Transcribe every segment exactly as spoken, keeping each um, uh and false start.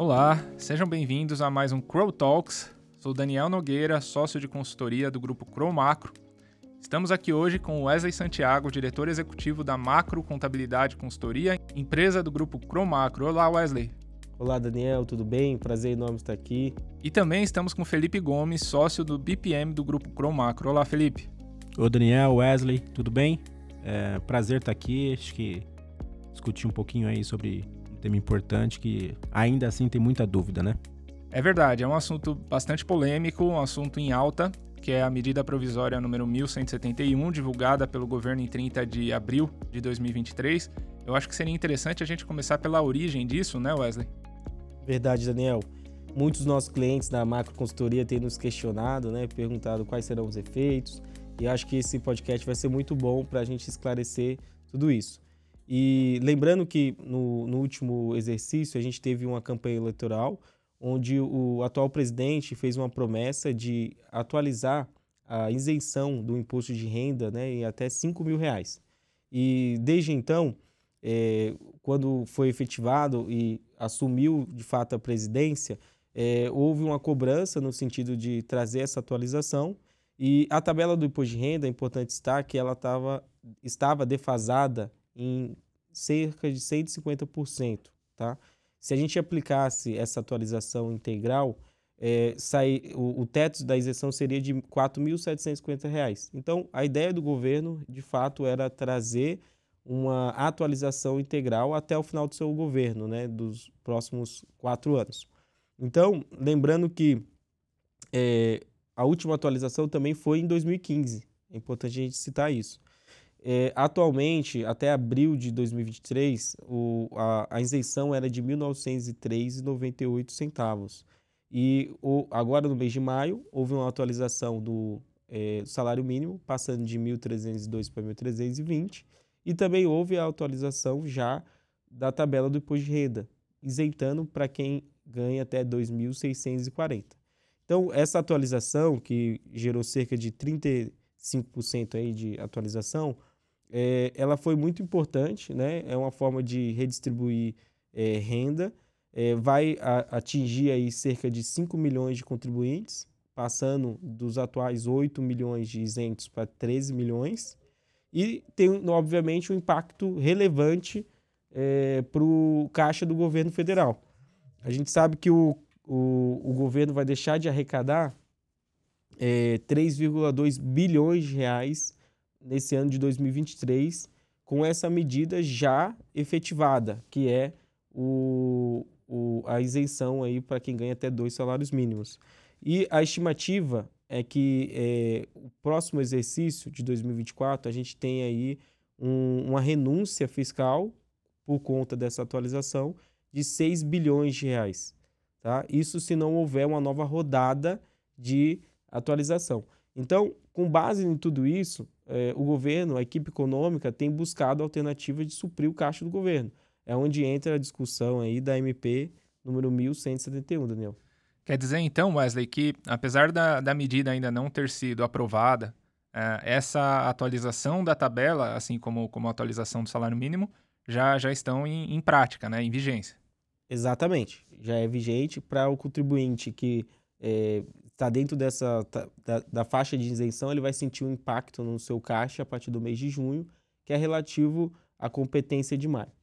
Olá, sejam bem-vindos a mais um Crow Talks. Sou Daniel Nogueira, sócio de consultoria do grupo Crow Macro. Estamos aqui hoje com Wesley Santiago, diretor executivo da Macro Contabilidade Consultoria, empresa do grupo Crow Macro. Olá, Wesley. Olá, Daniel, tudo bem? Prazer enorme estar aqui. E também estamos com Felipe Gomes, sócio do B P M do grupo Crow Macro. Olá, Felipe. Oi, Daniel, Wesley, tudo bem? É, prazer estar aqui. Acho que discutir um pouquinho aí sobre um tema importante que ainda assim tem muita dúvida, né? É verdade, é um assunto bastante polêmico, um assunto em alta, que é a medida provisória número mil cento e setenta e um, divulgada pelo governo em trinta de abril de dois mil e vinte e três. Eu acho que seria interessante a gente começar pela origem disso, né, Wesley? Verdade, Daniel. Muitos dos nossos clientes da Macro Consultoria têm nos questionado, né, perguntado quais serão os efeitos, e acho que esse podcast vai ser muito bom para a gente esclarecer tudo isso. E lembrando que no, no último exercício a gente teve uma campanha eleitoral onde o atual presidente fez uma promessa de atualizar a isenção do imposto de renda, né, em até cinco mil reais. E desde então, é, quando foi efetivado e assumiu de fato a presidência, é, houve uma cobrança no sentido de trazer essa atualização. E a tabela do imposto de renda, é importante destacar que ela tava, estava defasada em cerca de cento e cinquenta por cento, tá? Se a gente aplicasse essa atualização integral, é, sai, o, o teto da isenção seria de quatro mil setecentos e cinquenta reais. Então, a ideia do governo, de fato, era trazer uma atualização integral até o final do seu governo, né, dos próximos quatro anos. Então, lembrando que é, a última atualização também foi em dois mil e quinze, é importante a gente citar isso. É, atualmente, até abril de dois mil e vinte e três, o, a, a isenção era de mil novecentos e três reais e noventa e oito centavos. E o, agora, no mês de maio, houve uma atualização do é, salário mínimo, passando de mil trezentos e dois para mil trezentos e vinte. E também houve a atualização já da tabela do imposto de renda, isentando para quem ganha até dois mil seiscentos e quarenta. Então, essa atualização, que gerou cerca de trinta e cinco por cento aí de atualização, é, ela foi muito importante, né? É uma forma de redistribuir é, renda, é, vai a, atingir aí cerca de cinco milhões de contribuintes, passando dos atuais oito milhões de isentos para treze milhões, e tem, obviamente, um impacto relevante é, para o caixa do governo federal. A gente sabe que o, o, o governo vai deixar de arrecadar é, três vírgula dois bilhões de reais nesse ano de dois mil e vinte e três, com essa medida já efetivada, que é o, o, a isenção aí para quem ganha até dois salários mínimos. E a estimativa é que é, o próximo exercício de dois mil e vinte e quatro a gente tem aí um, uma renúncia fiscal por conta dessa atualização de seis bilhões de reais. Tá? Isso se não houver uma nova rodada de atualização. Então, com base em tudo isso, eh, o governo, a equipe econômica, tem buscado alternativas de suprir o caixa do governo. É onde entra a discussão aí da M P número mil cento e setenta e um, Daniel. Quer dizer, então, Wesley, que apesar da, da medida ainda não ter sido aprovada, eh, essa atualização da tabela, assim como, como a atualização do salário mínimo, já, já estão em, em prática, né, em vigência. Exatamente. Já é vigente para o contribuinte que eh, está dentro dessa, da, da faixa de isenção, ele vai sentir um impacto no seu caixa a partir do mês de junho, que é relativo à competência de maio.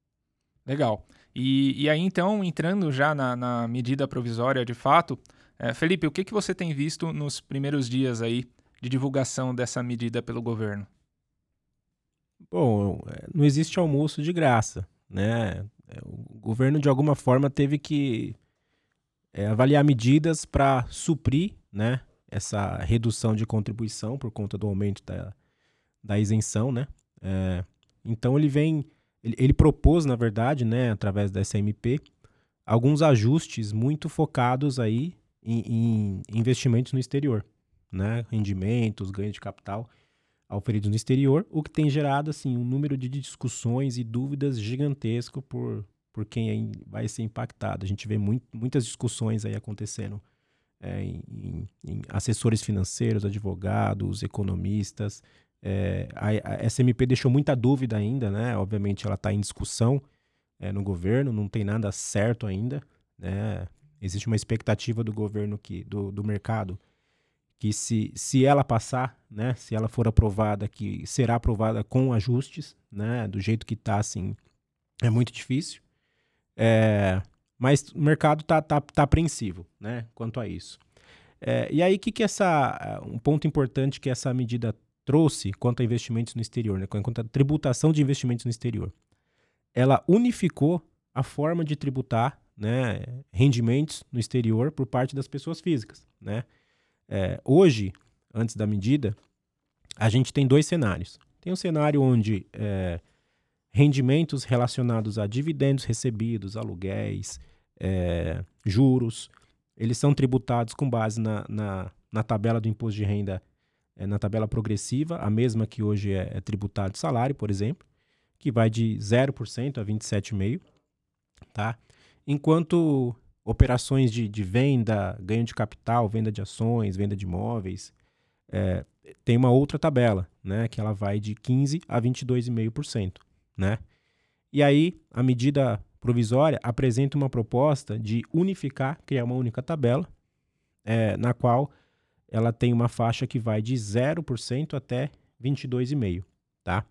Legal. E, e aí, então, entrando já na, na medida provisória de fato, é, Felipe, o que, que você tem visto nos primeiros dias aí de divulgação dessa medida pelo governo? Bom, não existe almoço de graça, né? O governo, de alguma forma, teve que é, avaliar medidas para suprir, né, essa redução de contribuição por conta do aumento da, da isenção, né? É, então, ele vem... Ele, ele propôs, na verdade, né, através dessa M P, alguns ajustes muito focados aí em, em investimentos no exterior, né? Rendimentos, ganho de capital auferidos no exterior, o que tem gerado assim, um número de discussões e dúvidas gigantesco por, por quem aí vai ser impactado. A gente vê muito, muitas discussões aí acontecendo é, em, em assessores financeiros, advogados, economistas. É, a, a, essa M P deixou muita dúvida ainda, né? Obviamente ela está em discussão é, no governo, não tem nada certo ainda, né? Existe uma expectativa do governo, que, do, do mercado, que se, se ela passar, né, se ela for aprovada, que será aprovada com ajustes, né, do jeito que está, assim, é muito difícil. É, mas o mercado está tá, tá apreensivo, né, quanto a isso. É, e aí, o que, que essa, um ponto importante que essa medida trouxe quanto a investimentos no exterior, né, quanto a tributação de investimentos no exterior? Ela unificou a forma de tributar, né, rendimentos no exterior por parte das pessoas físicas, né? É, hoje, antes da medida, a gente tem dois cenários. Tem um cenário onde é, rendimentos relacionados a dividendos recebidos, aluguéis, é, juros, eles são tributados com base na, na, na tabela do imposto de renda, é, na tabela progressiva, a mesma que hoje é, é tributado salário, por exemplo, que vai de zero por cento a vinte e sete vírgula cinco por cento, tá? Enquanto operações de, de venda, ganho de capital, venda de ações, venda de imóveis, é, tem uma outra tabela, né, que ela vai de quinze por cento a vinte e dois vírgula cinco por cento, né? E aí, a medida provisória apresenta uma proposta de unificar, criar uma única tabela, é, na qual ela tem uma faixa que vai de zero por cento até vinte e dois vírgula cinco por cento, tá?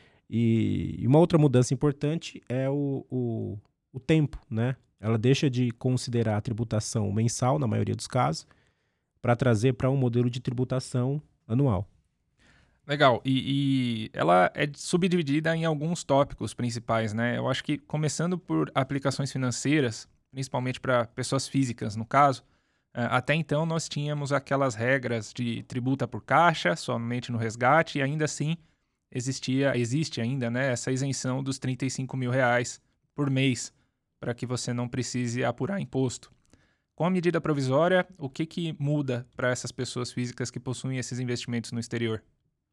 E, e uma outra mudança importante é o, o, o tempo, né? Ela deixa de considerar a tributação mensal, na maioria dos casos, para trazer para um modelo de tributação anual. Legal. E, e ela é subdividida em alguns tópicos principais, né? Eu acho que começando por aplicações financeiras, principalmente para pessoas físicas, no caso, até então nós tínhamos aquelas regras de tributa por caixa, somente no resgate, e ainda assim existia, existe ainda, né, essa isenção dos trinta e cinco mil reais por mês, para que você não precise apurar imposto. Com a medida provisória, o que, que muda para essas pessoas físicas que possuem esses investimentos no exterior?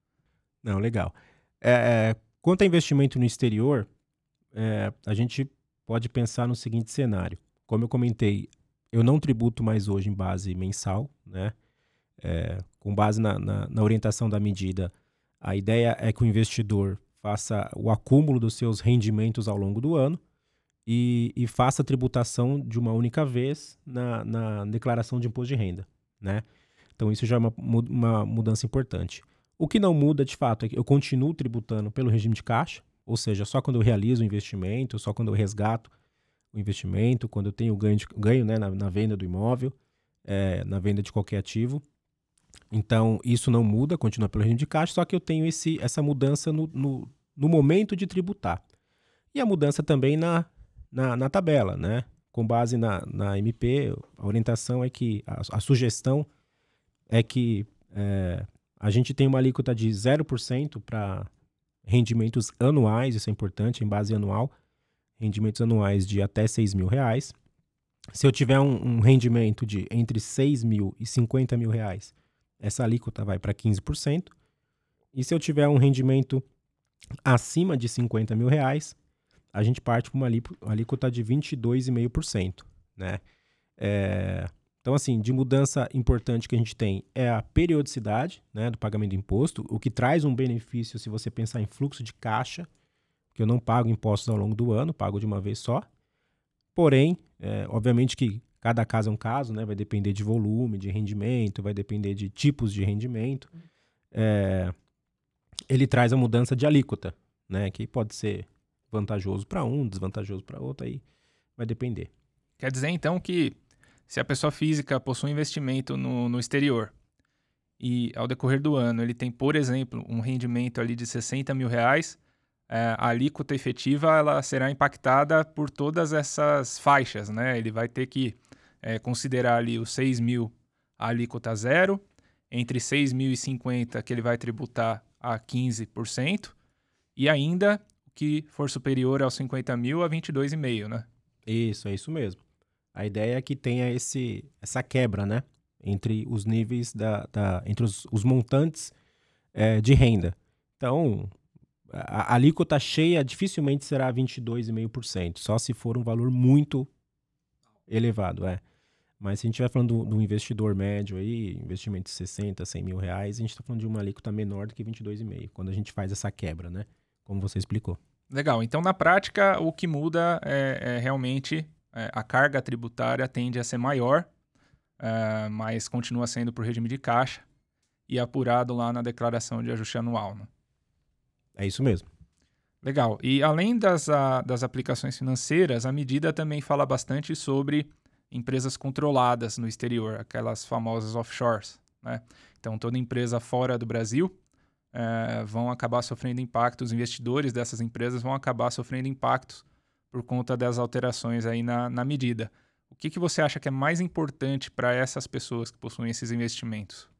Não, legal. É, é, quanto a investimento no exterior, é, a gente pode pensar no seguinte cenário. Como eu comentei, eu não tributo mais hoje em base mensal, né? É, com base na, na, na orientação da medida, a ideia é que o investidor faça o acúmulo dos seus rendimentos ao longo do ano, E, e faça a tributação de uma única vez na, na declaração de imposto de renda, né? Então, isso já é uma, uma mudança importante. O que não muda, de fato, é que eu continuo tributando pelo regime de caixa, ou seja, só quando eu realizo o investimento, só quando eu resgato o investimento, quando eu tenho ganho, de, ganho né, na, na venda do imóvel, é, na venda de qualquer ativo. Então, isso não muda, continua pelo regime de caixa, só que eu tenho esse, essa mudança no, no, no momento de tributar. E a mudança também na Na, na tabela, né? Com base na, na M P, a orientação é que, a, a sugestão é que é, a gente tem uma alíquota de zero por cento para rendimentos anuais, isso é importante, em base anual, rendimentos anuais de até seis mil reais. Se eu tiver um, um rendimento de entre seis mil e cinquenta mil reais, essa alíquota vai para quinze por cento. E se eu tiver um rendimento acima de cinquenta mil reais, a gente parte para uma alíquota de vinte e dois vírgula cinco por cento, né? É, então, assim, de mudança importante que a gente tem é a periodicidade, né, do pagamento do imposto, o que traz um benefício se você pensar em fluxo de caixa, que eu não pago impostos ao longo do ano, pago de uma vez só. Porém, é, obviamente que cada caso é um caso, né? Vai depender de volume, de rendimento, vai depender de tipos de rendimento. É, ele traz a mudança de alíquota, né, que pode ser vantajoso para um, desvantajoso para outro, aí vai depender. Quer dizer, então, que se a pessoa física possui investimento no, no exterior e, ao decorrer do ano, ele tem, por exemplo, um rendimento ali de sessenta mil reais, é, a alíquota efetiva ela será impactada por todas essas faixas, né? Ele vai ter que é, considerar ali os seis mil a alíquota zero, entre seis mil e cinquenta que ele vai tributar a quinze por cento, e ainda que for superior aos cinquenta mil a vinte e dois vírgula cinco por cento, né? Isso, é isso mesmo. A ideia é que tenha esse, essa quebra, né, entre os níveis, da, da entre os, os montantes é, de renda. Então, a, a alíquota cheia dificilmente será vinte e dois vírgula cinco por cento, só se for um valor muito elevado, é. Mas se a gente vai falando do, do investidor médio aí, investimento de sessenta, cem mil reais, a gente está falando de uma alíquota menor do que vinte e dois vírgula cinco por cento, quando a gente faz essa quebra, né? Como você explicou. Legal. Então, na prática, o que muda é, é realmente é, a carga tributária tende a ser maior, é, mas continua sendo por regime de caixa e apurado lá na declaração de ajuste anual. Né? É isso mesmo. Legal. E além das, a, das aplicações financeiras, a medida também fala bastante sobre empresas controladas no exterior, aquelas famosas offshores. Né? Então, toda empresa fora do Brasil é, vão acabar sofrendo impactos, os investidores dessas empresas vão acabar sofrendo impactos por conta das alterações aí na, na medida. O que, que você acha que é mais importante para essas pessoas que possuem esses investimentos?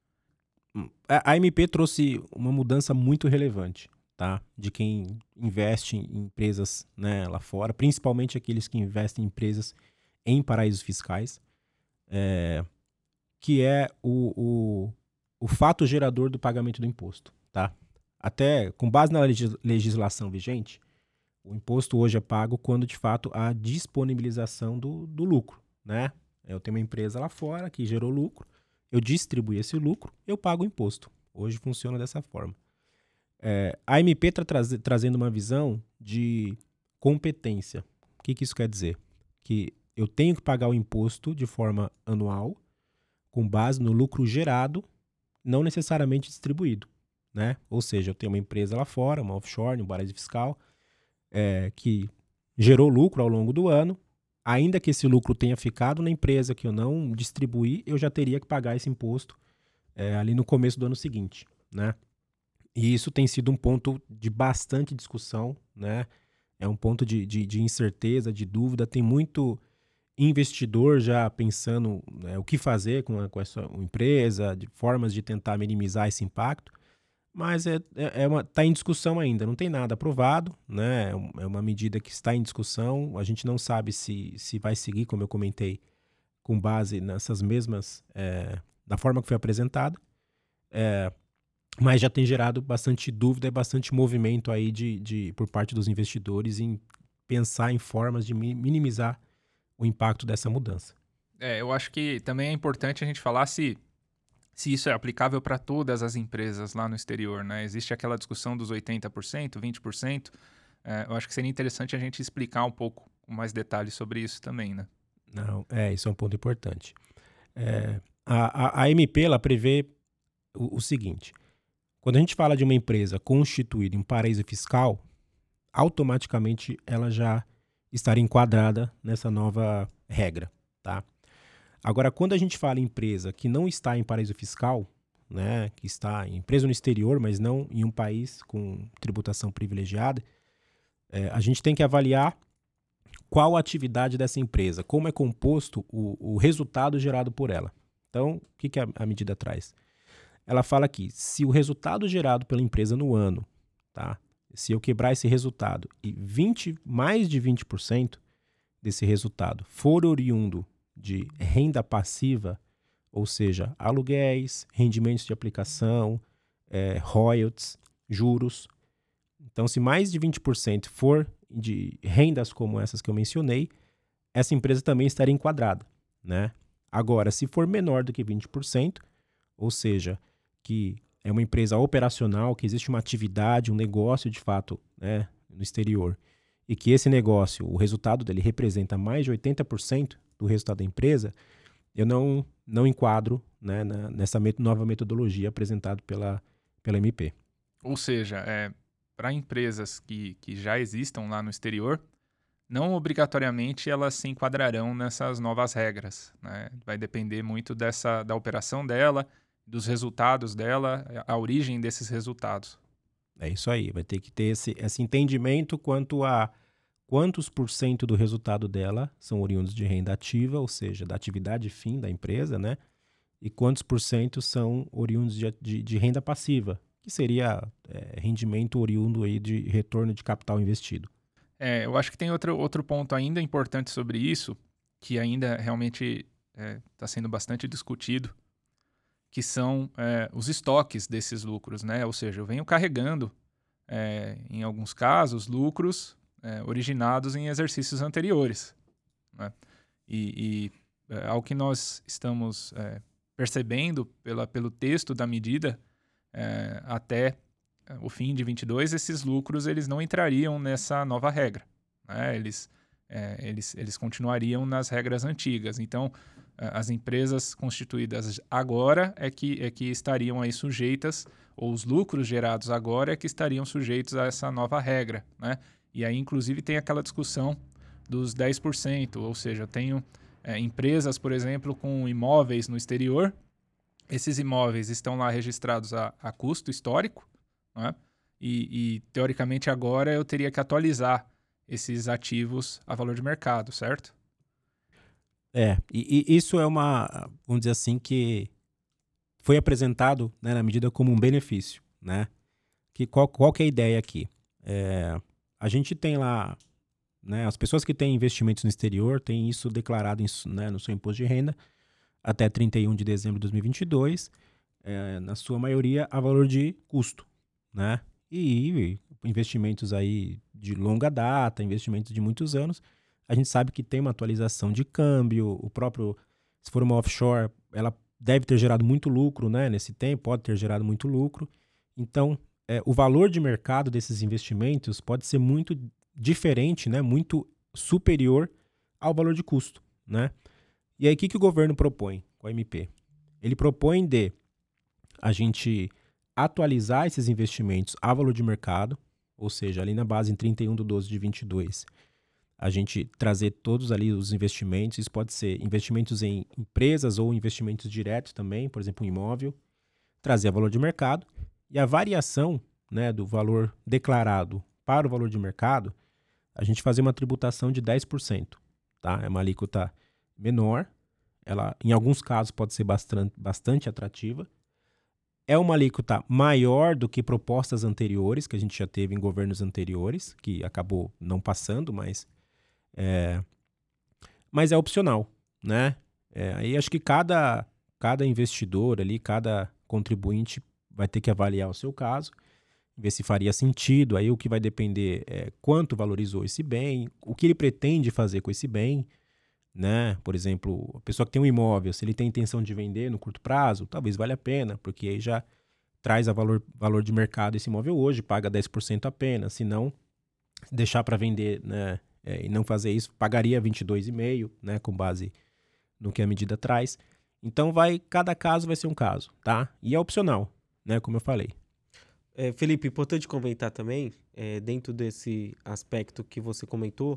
A, a M P trouxe uma mudança muito relevante. Tá? De quem investe em empresas, né, lá fora, principalmente aqueles que investem em empresas em paraísos fiscais, é, que é o, o, o fato gerador do pagamento do imposto. Tá? Até com base na legis- legislação vigente, o imposto hoje é pago quando de fato há disponibilização do, do lucro. Né? Eu tenho uma empresa lá fora que gerou lucro, eu distribuí esse lucro, eu pago o imposto. Hoje funciona dessa forma. É, a M P está traz, trazendo uma visão de competência. O que, que isso quer dizer? Que eu tenho que pagar o imposto de forma anual, com base no lucro gerado, não necessariamente distribuído. Né? Ou seja, eu tenho uma empresa lá fora, uma offshore, um paraíso fiscal, é, que gerou lucro ao longo do ano. Ainda que esse lucro tenha ficado na empresa que eu não distribuí, eu já teria que pagar esse imposto é, ali no começo do ano seguinte. Né? E isso tem sido um ponto de bastante discussão, né? É um ponto de, de, de incerteza, de dúvida. Tem muito investidor já pensando, né, o que fazer com, a, com essa empresa, de formas de tentar minimizar esse impacto. Mas é, é, é uma, tá em discussão ainda, não tem nada aprovado, né? É uma medida que está em discussão. A gente não sabe se, se vai seguir, como eu comentei, com base nessas mesmas, é, da forma que foi apresentada. É, mas já tem gerado bastante dúvida e bastante movimento aí de, de, por parte dos investidores em pensar em formas de minimizar o impacto dessa mudança. É, eu acho que também é importante a gente falar se, se isso é aplicável para todas as empresas lá no exterior. Né? Existe aquela discussão dos oitenta por cento, vinte por cento. É, eu acho que seria interessante a gente explicar um pouco com mais detalhes sobre isso também. Né? Não, é, isso é um ponto importante. É, a, a, a M P ela prevê o, o seguinte: quando a gente fala de uma empresa constituída em paraíso fiscal, automaticamente ela já estaria enquadrada nessa nova regra, tá? Agora, quando a gente fala em empresa que não está em paraíso fiscal, né, que está em empresa no exterior, mas não em um país com tributação privilegiada, é, a gente tem que avaliar qual a atividade dessa empresa, como é composto o, o resultado gerado por ela. Então, o que, que a, a medida traz? Ela fala que se o resultado gerado pela empresa no ano, tá? Se eu quebrar esse resultado e vinte, mais de vinte por cento desse resultado for oriundo de renda passiva, ou seja, aluguéis, rendimentos de aplicação, é, royalties, juros. Então, se mais de vinte por cento for de rendas como essas que eu mencionei, essa empresa também estaria enquadrada, né? Agora, se for menor do que vinte por cento, ou seja, que é uma empresa operacional, que existe uma atividade, um negócio de fato, né, no exterior, e que esse negócio, o resultado dele representa mais de oitenta por cento do resultado da empresa, eu não, não enquadro, né, na, nessa met- nova metodologia apresentada pela, pela M P. Ou seja, é, para empresas que, que já existam lá no exterior, não obrigatoriamente elas se enquadrarão nessas novas regras. Né? Vai depender muito dessa, da operação dela, dos resultados dela, a origem desses resultados. É isso aí, vai ter que ter esse, esse entendimento quanto a quantos por cento do resultado dela são oriundos de renda ativa, ou seja, da atividade fim da empresa, né? E quantos por cento são oriundos de, de, de renda passiva, que seria é, rendimento oriundo aí de retorno de capital investido. É, eu acho que tem outro, outro ponto ainda importante sobre isso, que ainda realmente está é, sendo bastante discutido, que são é, os estoques desses lucros, né? Ou seja, eu venho carregando, é, em alguns casos, lucros é, originados em exercícios anteriores. Né? E, e é, ao que nós estamos é, percebendo pela, pelo texto da medida, é, até o fim de vinte e dois, esses lucros eles não entrariam nessa nova regra. Né? Eles é, eles, eles continuariam nas regras antigas. Então, as empresas constituídas agora é que, é que estariam aí sujeitas, ou os lucros gerados agora é que estariam sujeitos a essa nova regra, né? E aí, inclusive, tem aquela discussão dos dez por cento, ou seja, eu tenho é, empresas, por exemplo, com imóveis no exterior, esses imóveis estão lá registrados a, a custo histórico, né? e, e, teoricamente, agora eu teria que atualizar esses ativos a valor de mercado, certo? É, e, e isso é uma, vamos dizer assim, que foi apresentado, né, na medida como um benefício, né? Que qual, qual que é a ideia aqui? É, a gente tem lá, né, as pessoas que têm investimentos no exterior têm isso declarado em, né, no seu imposto de renda até trinta e um de dezembro de dois mil e vinte e dois, é, na sua maioria a valor de custo, né? E, e investimentos aí de longa data, investimentos de muitos anos, a gente sabe que tem uma atualização de câmbio, o próprio, se for uma offshore, ela deve ter gerado muito lucro, né, nesse tempo, pode ter gerado muito lucro. Então, é, o valor de mercado desses investimentos pode ser muito diferente, né, muito superior ao valor de custo, né? E aí, o que, que o governo propõe com a M P? Ele propõe de a gente atualizar esses investimentos a valor de mercado, ou seja, ali na base em trinta e um de doze de vinte e dois, a gente trazer todos ali os investimentos. Isso pode ser investimentos em empresas ou investimentos diretos também, por exemplo, um imóvel, trazer a valor de mercado e a variação, né, do valor declarado para o valor de mercado, a gente fazer uma tributação de dez por cento, tá? É uma alíquota menor, ela em alguns casos pode ser bastante, bastante atrativa. É uma alíquota maior do que propostas anteriores, que a gente já teve em governos anteriores, que acabou não passando, mas é, mas é opcional, né? É, aí acho que cada, cada investidor ali, cada contribuinte vai ter que avaliar o seu caso, ver se faria sentido. Aí o que vai depender é quanto valorizou esse bem, o que ele pretende fazer com esse bem, né? Por exemplo, a pessoa que tem um imóvel, se ele tem intenção de vender no curto prazo, talvez valha a pena, porque aí já traz a valor, valor de mercado esse imóvel hoje, paga dez por cento apenas. Se não, deixar para vender, né, é, e não fazer isso, pagaria vinte e dois vírgula cinco, né, com base no que a medida traz. Então, vai, cada caso vai ser um caso, tá? E é opcional, né, como eu falei. É, Felipe, importante comentar também, é, dentro desse aspecto que você comentou,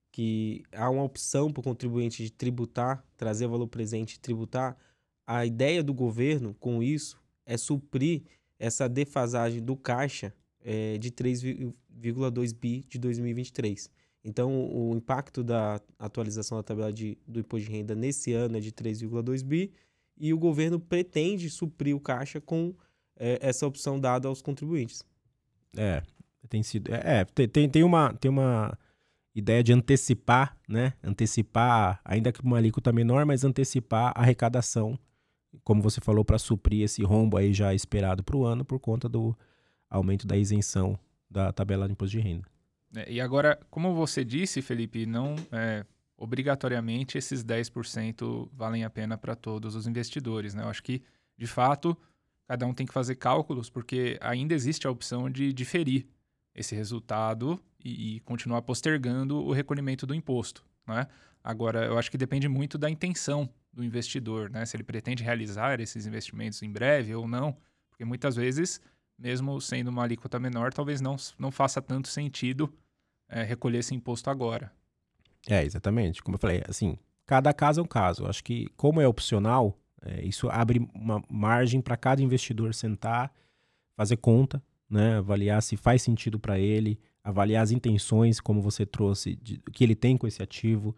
que há uma opção para o contribuinte de tributar, trazer valor presente e tributar. A ideia do governo com isso é suprir essa defasagem do caixa é, de três vírgula dois bi de dois mil e vinte e três. Então, o impacto da atualização da tabela de, do imposto de renda nesse ano é de três vírgula dois bi e o governo pretende suprir o caixa com é, essa opção dada aos contribuintes. É, tem sido... É, tem, tem, uma, tem uma ideia de antecipar, né? Antecipar, ainda que uma alíquota menor, mas antecipar a arrecadação, como você falou, para suprir esse rombo aí já esperado para o ano por conta do aumento da isenção da tabela de imposto de renda. É, e agora, como você disse, Felipe, não é, obrigatoriamente esses dez por cento valem a pena para todos os investidores, né? Eu acho que, de fato, cada um tem que fazer cálculos, porque ainda existe a opção de diferir esse resultado e, e continuar postergando o recolhimento do imposto, né? Agora, eu acho que depende muito da intenção do investidor, né? Se ele pretende realizar esses investimentos em breve ou não, porque muitas vezes, mesmo sendo uma alíquota menor, talvez não, não faça tanto sentido é, recolher esse imposto agora. É, exatamente. Como eu falei, assim, cada caso é um caso. Eu acho que, como é opcional, é, isso abre uma margem para cada investidor sentar, fazer conta, né? Avaliar se faz sentido para ele, avaliar as intenções, como você trouxe, de, que ele tem com esse ativo.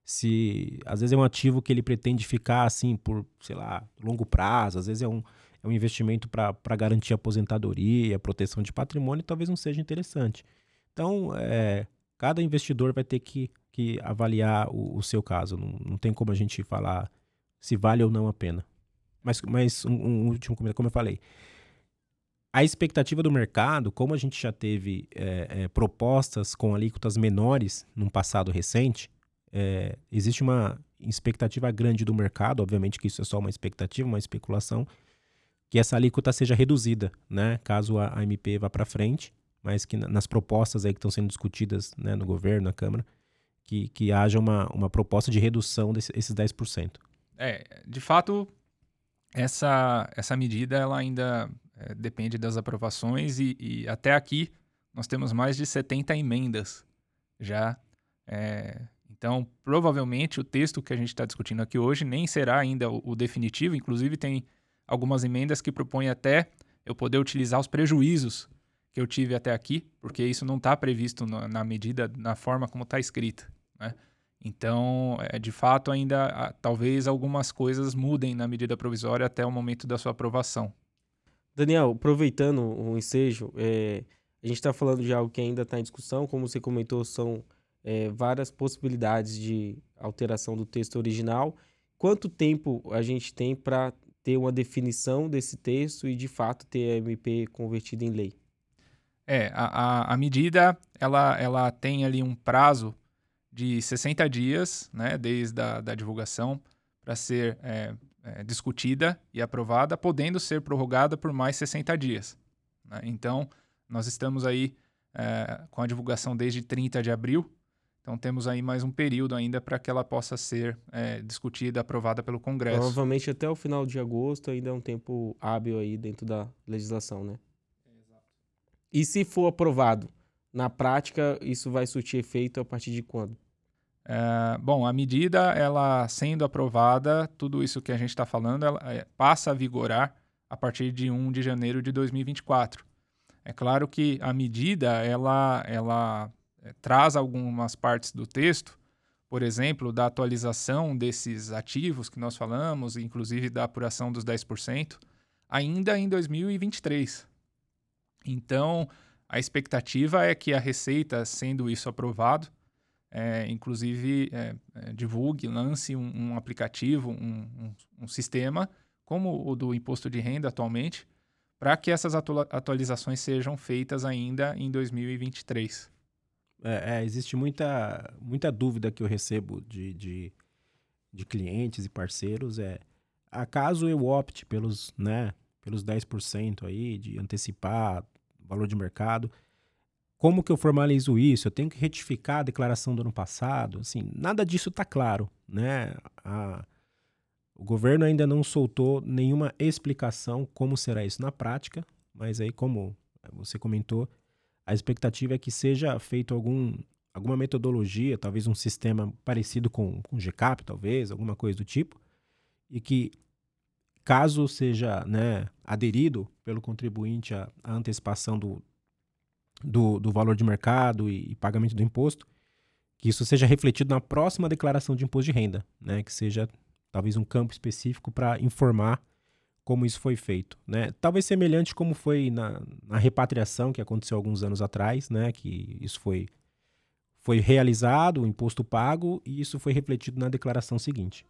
Se às vezes é um ativo que ele pretende ficar assim por, sei lá, longo prazo, às vezes é um, é um investimento para garantir a aposentadoria, proteção de patrimônio, talvez não seja interessante. Então, é, cada investidor vai ter que, que avaliar o, o seu caso. Não, não tem como a gente falar se vale ou não a pena. Mas, mas um, um último comentário, como eu falei, a expectativa do mercado, como a gente já teve é, é, propostas com alíquotas menores num passado recente, é, existe uma expectativa grande do mercado, obviamente que isso é só uma expectativa, uma especulação, que essa alíquota seja reduzida, né, caso a, a M P vá para frente, mas que nas propostas aí que estão sendo discutidas, né, no governo, na Câmara, que, que haja uma, uma proposta de redução desses dez por cento. É, de fato, essa, essa medida ela ainda é, depende das aprovações e, e até aqui nós temos mais de setenta emendas já. É, então, provavelmente, o texto que a gente está discutindo aqui hoje nem será ainda o, o definitivo. Inclusive, tem algumas emendas que propõem até eu poder utilizar os prejuízos que eu tive até aqui, porque isso não está previsto na, na medida, na forma como está escrita, né? Então, é, de fato, ainda a, talvez algumas coisas mudem na medida provisória até o momento da sua aprovação. Daniel, aproveitando o ensejo, é, a gente está falando de algo que ainda está em discussão, como você comentou, são é, várias possibilidades de alteração do texto original. Quanto tempo a gente tem para ter uma definição desse texto e, de fato, ter a M P convertida em lei? É, a, a, a medida, ela, ela tem ali um prazo de sessenta dias, né, desde a da divulgação, para ser é, é, discutida e aprovada, podendo ser prorrogada por mais sessenta dias. Né? Então, nós estamos aí é, com a divulgação desde trinta de abril, então temos aí mais um período ainda para que ela possa ser é, discutida e aprovada pelo Congresso. Provavelmente até o final de agosto ainda é um tempo hábil aí dentro da legislação, né? Exato. E se for aprovado, na prática, isso vai surtir efeito a partir de quando? É, bom, a medida, ela sendo aprovada, tudo isso que a gente está falando, ela é, passa a vigorar a partir de primeiro de janeiro de dois mil e vinte e quatro. É claro que a medida, ela, ela é, traz algumas partes do texto, por exemplo, da atualização desses ativos que nós falamos, inclusive da apuração dos dez por cento, ainda em dois mil e vinte e três. Então, a expectativa é que a Receita, sendo isso aprovado, É, inclusive, é, é, divulgue, lance um, um aplicativo, um, um, um sistema, como o do imposto de renda atualmente, para que essas atua- atualizações sejam feitas ainda em dois mil e vinte e três. É, é, existe muita, muita dúvida que eu recebo de, de, de clientes e parceiros. É, acaso eu opte pelos, né, pelos dez por cento aí, de antecipar o valor de mercado, como que eu formalizo isso? Eu tenho que retificar a declaração do ano passado? Assim, nada disso está claro, né? A, o governo ainda não soltou nenhuma explicação como será isso na prática, mas aí, como você comentou, a expectativa é que seja feito algum, alguma metodologia, talvez um sistema parecido com o G C A P, talvez, alguma coisa do tipo, e que, caso seja, né, aderido pelo contribuinte à antecipação do Do, do valor de mercado e, e pagamento do imposto, que isso seja refletido na próxima declaração de imposto de renda, né? Que seja talvez um campo específico para informar como isso foi feito, né? Talvez semelhante como foi na, na repatriação que aconteceu alguns anos atrás, né? Que isso foi, foi realizado, o imposto pago, e isso foi refletido na declaração seguinte.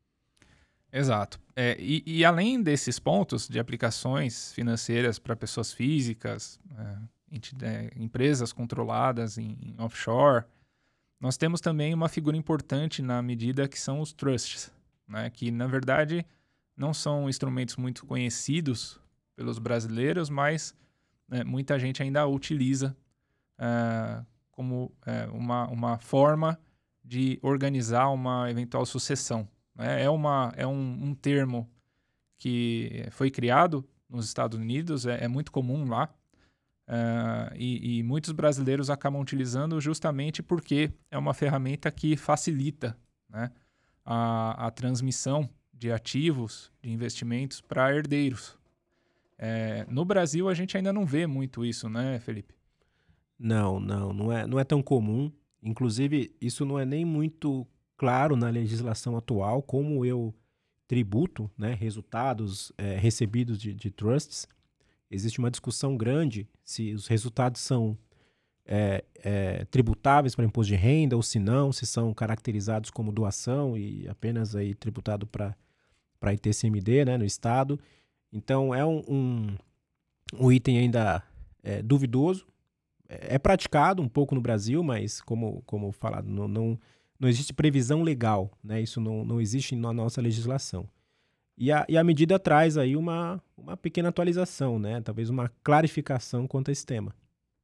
Exato. É, e, e além desses pontos de aplicações financeiras para pessoas físicas, é, É, empresas controladas em, em offshore, nós temos também uma figura importante na medida que são os trusts, né? Que, na verdade, não são instrumentos muito conhecidos pelos brasileiros, mas né, muita gente ainda utiliza uh, como uh, uma, uma forma de organizar uma eventual sucessão. Né? É, uma, é um, um termo que foi criado nos Estados Unidos, é, é muito comum lá, Uh, e, e muitos brasileiros acabam utilizando justamente porque é uma ferramenta que facilita, né, a, a transmissão de ativos, de investimentos para herdeiros. É, no Brasil, a gente ainda não vê muito isso, né, Felipe? Não, não, não é, não é tão comum. Inclusive, isso não é nem muito claro na legislação atual, como eu tributo, né, resultados é, recebidos de, de trusts. Existe uma discussão grande se os resultados são é, é, tributáveis para imposto de renda ou se não, se são caracterizados como doação e apenas aí tributado para I T C M D, né, no Estado. Então, é um, um, um item ainda é, duvidoso. É, é praticado um pouco no Brasil, mas, como, como falado, não, não, não existe previsão legal, né? Isso não, não existe na nossa legislação. E a, e a medida traz aí uma, uma pequena atualização, né? Talvez uma clarificação quanto a esse tema.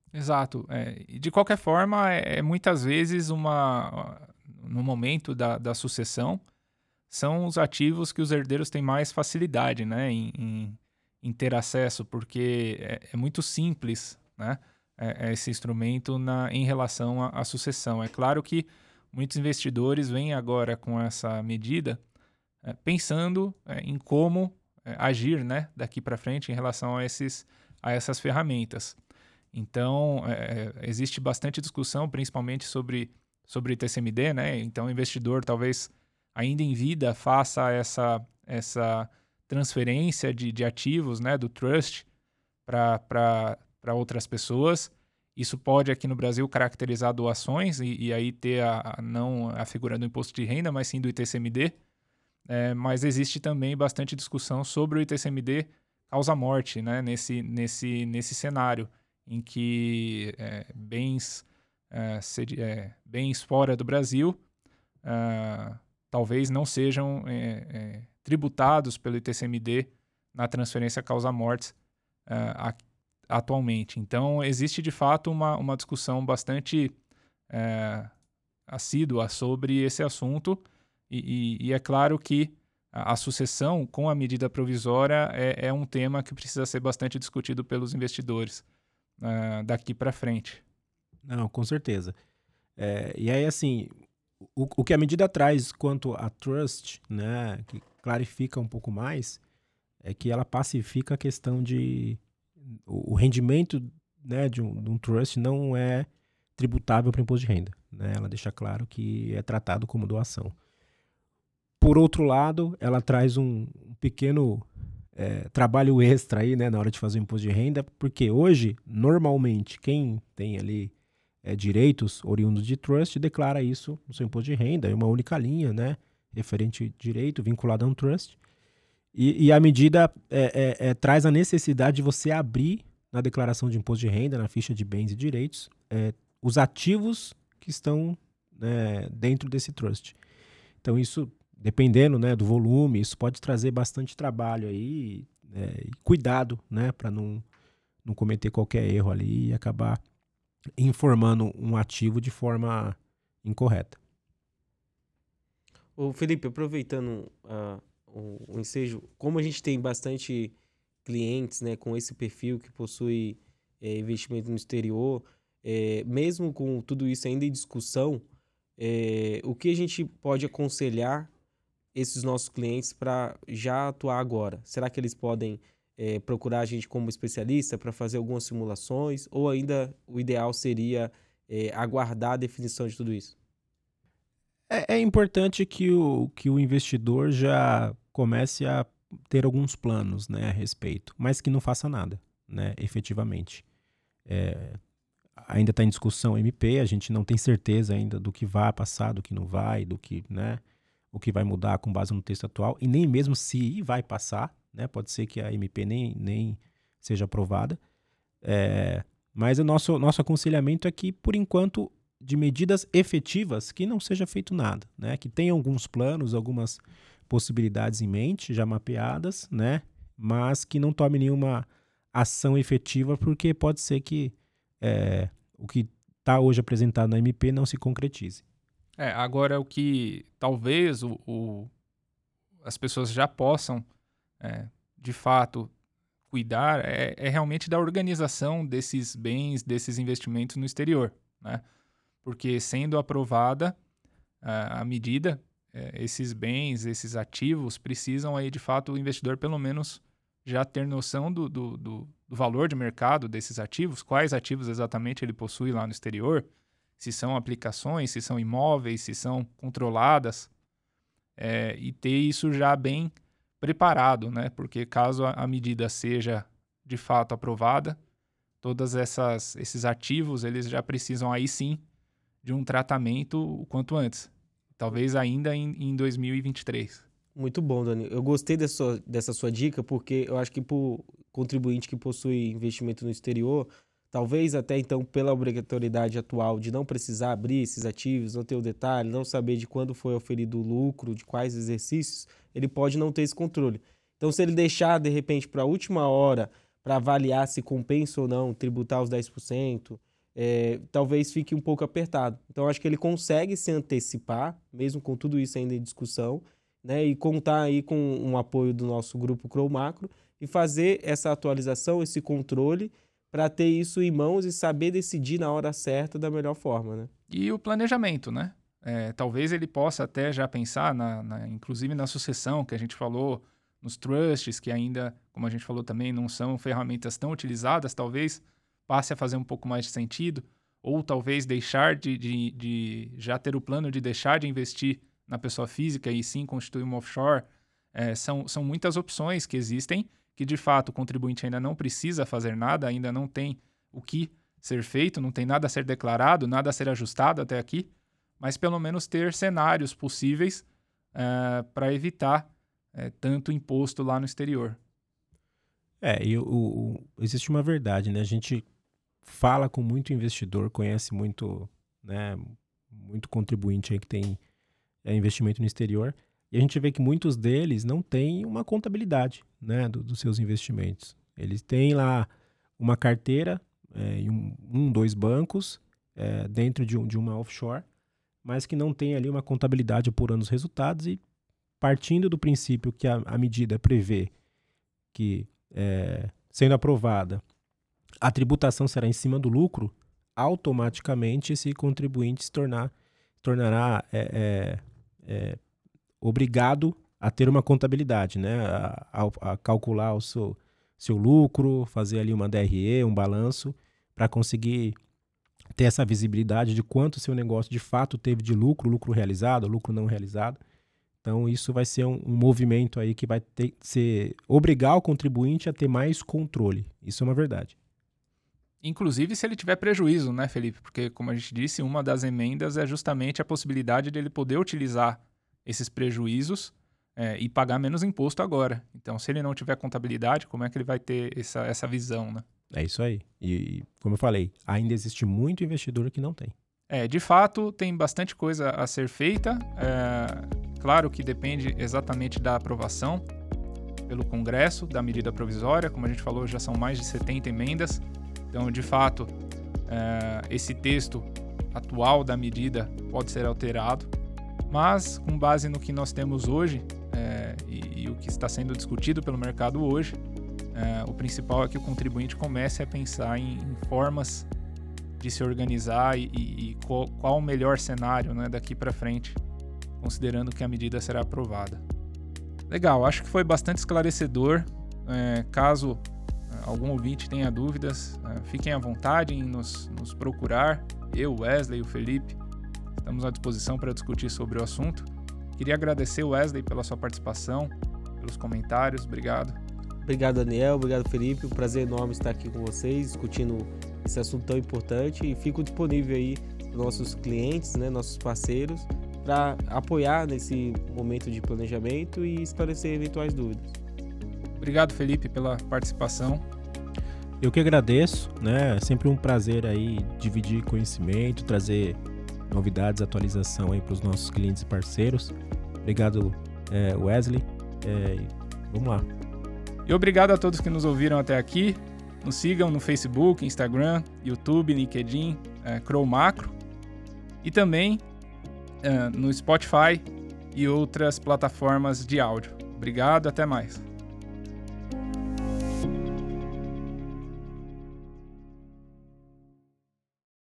Exato. É, e de qualquer forma, é, é muitas vezes uma no momento da, da sucessão, são os ativos que os herdeiros têm mais facilidade, né, em, em, em ter acesso, porque é, é muito simples, né, é, é esse instrumento na, em relação à, à sucessão. É claro que muitos investidores vêm agora com essa medida é, pensando é, em como é, agir, né, daqui para frente em relação a, esses, a essas ferramentas. Então, é, existe bastante discussão, principalmente sobre, sobre I T C M D, né? Então, o investidor talvez ainda em vida faça essa, essa transferência de, de ativos, né, do trust para outras pessoas. Isso pode, aqui no Brasil, caracterizar doações e, e aí ter a, a, não a figura do imposto de renda, mas sim do I T C M D. É, mas existe também bastante discussão sobre o I T C M D causa-morte, né, nesse, nesse, nesse cenário, em que é, bens, é, sedi- é, bens fora do Brasil é, talvez não sejam é, é, tributados pelo I T C M D na transferência causa-mortes é, a- atualmente. Então, existe de fato uma, uma discussão bastante é, assídua sobre esse assunto, e, e- e é claro que a, a sucessão com a medida provisória é, é um tema que precisa ser bastante discutido pelos investidores uh, daqui para frente. Não, com certeza. É, e aí, assim, o, o que a medida traz quanto a trust, né, que clarifica um pouco mais, é que ela pacifica a questão de o, o rendimento, né, de, um, de um trust não é tributável para o imposto de renda. Né? Ela deixa claro que é tratado como doação. Por outro lado, ela traz um, um pequeno é, trabalho extra aí, né, na hora de fazer o imposto de renda, porque hoje, normalmente, quem tem ali é, direitos oriundos de trust declara isso no seu imposto de renda, é uma única linha, né, referente direito vinculado a um trust. E, e a medida é, é, é, traz a necessidade de você abrir na declaração de imposto de renda, na ficha de bens e direitos, é, os ativos que estão né, dentro desse trust. Então, isso, dependendo né, do volume, isso pode trazer bastante trabalho aí é, e cuidado né, para não, não cometer qualquer erro ali e acabar informando um ativo de forma incorreta. Ô Felipe, aproveitando uh, o, o ensejo, como a gente tem bastante clientes né, com esse perfil que possui é, investimento no exterior, é, mesmo com tudo isso ainda em discussão, é, o que a gente pode aconselhar esses nossos clientes para já atuar agora? Será que eles podem é, procurar a gente como especialista para fazer algumas simulações? Ou ainda o ideal seria é, aguardar a definição de tudo isso? É, é importante que o, que o investidor já comece a ter alguns planos né, a respeito, mas que não faça nada, né, efetivamente. É, ainda está em discussão M P, a gente não tem certeza ainda do que vai passar, do que não vai, do que, né, o que vai mudar com base no texto atual, e nem mesmo se vai passar, né, pode ser que a M P nem, nem seja aprovada. É, mas o nosso, nosso aconselhamento é que, por enquanto, de medidas efetivas, que não seja feito nada, né, que tenha alguns planos, algumas possibilidades em mente, já mapeadas, né, mas que não tome nenhuma ação efetiva, porque pode ser que é, o que está hoje apresentado na M P não se concretize. É, agora o que talvez o, o- as pessoas já possam, é, de fato, cuidar é, é realmente da organização desses bens, desses investimentos no exterior, né? Porque sendo aprovada a, a medida, é, esses bens, esses ativos precisam aí, de fato, o investidor pelo menos já ter noção do, do, do, do valor de mercado desses ativos, quais ativos exatamente ele possui lá no exterior, se são aplicações, se são imóveis, se são controladas, é, e ter isso já bem preparado, né? Porque caso a, a medida seja de fato aprovada, todas essas esses ativos eles já precisam aí sim de um tratamento o quanto antes, talvez ainda em, em dois mil e vinte e três. Muito bom, Dani. Eu gostei dessa, sua- dessa sua dica, porque eu acho que por contribuinte que possui investimento no exterior, talvez até então pela obrigatoriedade atual de não precisar abrir esses ativos, não ter o detalhe, não saber de quando foi oferido o lucro, de quais exercícios, ele pode não ter esse controle. Então, se ele deixar de repente para a última hora para avaliar se compensa ou não tributar os dez por cento, é, talvez fique um pouco apertado. Então, acho que ele consegue se antecipar, mesmo com tudo isso ainda em discussão, né, e contar aí com um apoio do nosso grupo Crow Macro e fazer essa atualização, esse controle, para ter isso em mãos e saber decidir na hora certa da melhor forma, né? E o planejamento, né? É, talvez ele possa até já pensar, na, na, inclusive na sucessão que a gente falou, nos trusts, que ainda, como a gente falou também, não são ferramentas tão utilizadas, talvez passe a fazer um pouco mais de sentido, ou talvez deixar de, de, de já ter o plano de deixar de investir na pessoa física e sim constituir uma offshore. É, são, são muitas opções que existem, que de fato o contribuinte ainda não precisa fazer nada, ainda não tem o que ser feito, não tem nada a ser declarado, nada a ser ajustado até aqui, mas pelo menos ter cenários possíveis uh, para evitar uh, tanto imposto lá no exterior. É, e o, o, existe uma verdade, né? A gente fala com muito investidor, conhece muito, né, muito contribuinte aí que tem é, investimento no exterior, e a gente vê que muitos deles não têm uma contabilidade, né, do, dos seus investimentos. Eles têm lá uma carteira é, em um, um, dois bancos é, dentro de, um, de uma offshore, mas que não tem ali uma contabilidade apurando os resultados e partindo do princípio que a, a medida prevê que, é, sendo aprovada, a tributação será em cima do lucro, automaticamente esse contribuinte se tornar, tornará é, é, é, obrigado a ter uma contabilidade, né? a, a, a calcular o seu, seu lucro, fazer ali uma D R E, um balanço, para conseguir ter essa visibilidade de quanto o seu negócio de fato teve de lucro, lucro realizado, lucro não realizado. Então isso vai ser um, um movimento aí que vai ter, ser, obrigar o contribuinte a ter mais controle. Isso é uma verdade. Inclusive se ele tiver prejuízo, né, Felipe? Porque, como a gente disse, uma das emendas é justamente a possibilidade dele poder utilizar esses prejuízos é, e pagar menos imposto agora. Então, se ele não tiver contabilidade, como é que ele vai ter essa, essa visão, né? É isso aí. E, como eu falei, ainda existe muito investidor que não tem. É, de fato, tem bastante coisa a ser feita. É, claro que depende exatamente da aprovação pelo Congresso, da medida provisória. Como a gente falou, já são mais de setenta emendas. Então, de fato, é, esse texto atual da medida pode ser alterado, mas com base no que nós temos hoje é, e, e o que está sendo discutido pelo mercado hoje, é, o principal é que o contribuinte comece a pensar em, em formas de se organizar e, e, e qual, qual o melhor cenário, né, daqui para frente, considerando que a medida será aprovada. Legal, acho que foi bastante esclarecedor. É, caso algum ouvinte tenha dúvidas, uh, fiquem à vontade em nos, nos procurar. Eu, Wesley e o Felipe estamos à disposição para discutir sobre o assunto. Queria agradecer o Wesley pela sua participação, pelos comentários. Obrigado. Obrigado, Daniel. Obrigado, Felipe. Um prazer enorme estar aqui com vocês, discutindo esse assunto tão importante. E fico disponível aí para nossos clientes, né, nossos parceiros, para apoiar nesse momento de planejamento e esclarecer eventuais dúvidas. Obrigado, Felipe, pela participação. Eu que agradeço, né? É sempre um prazer aí dividir conhecimento, trazer novidades, atualização aí para os nossos clientes e parceiros. Obrigado, é, Wesley. É, vamos lá. E obrigado a todos que nos ouviram até aqui. Nos sigam no Facebook, Instagram, YouTube, LinkedIn, é, Crow Macro. E também é, no Spotify e outras plataformas de áudio. Obrigado, até mais.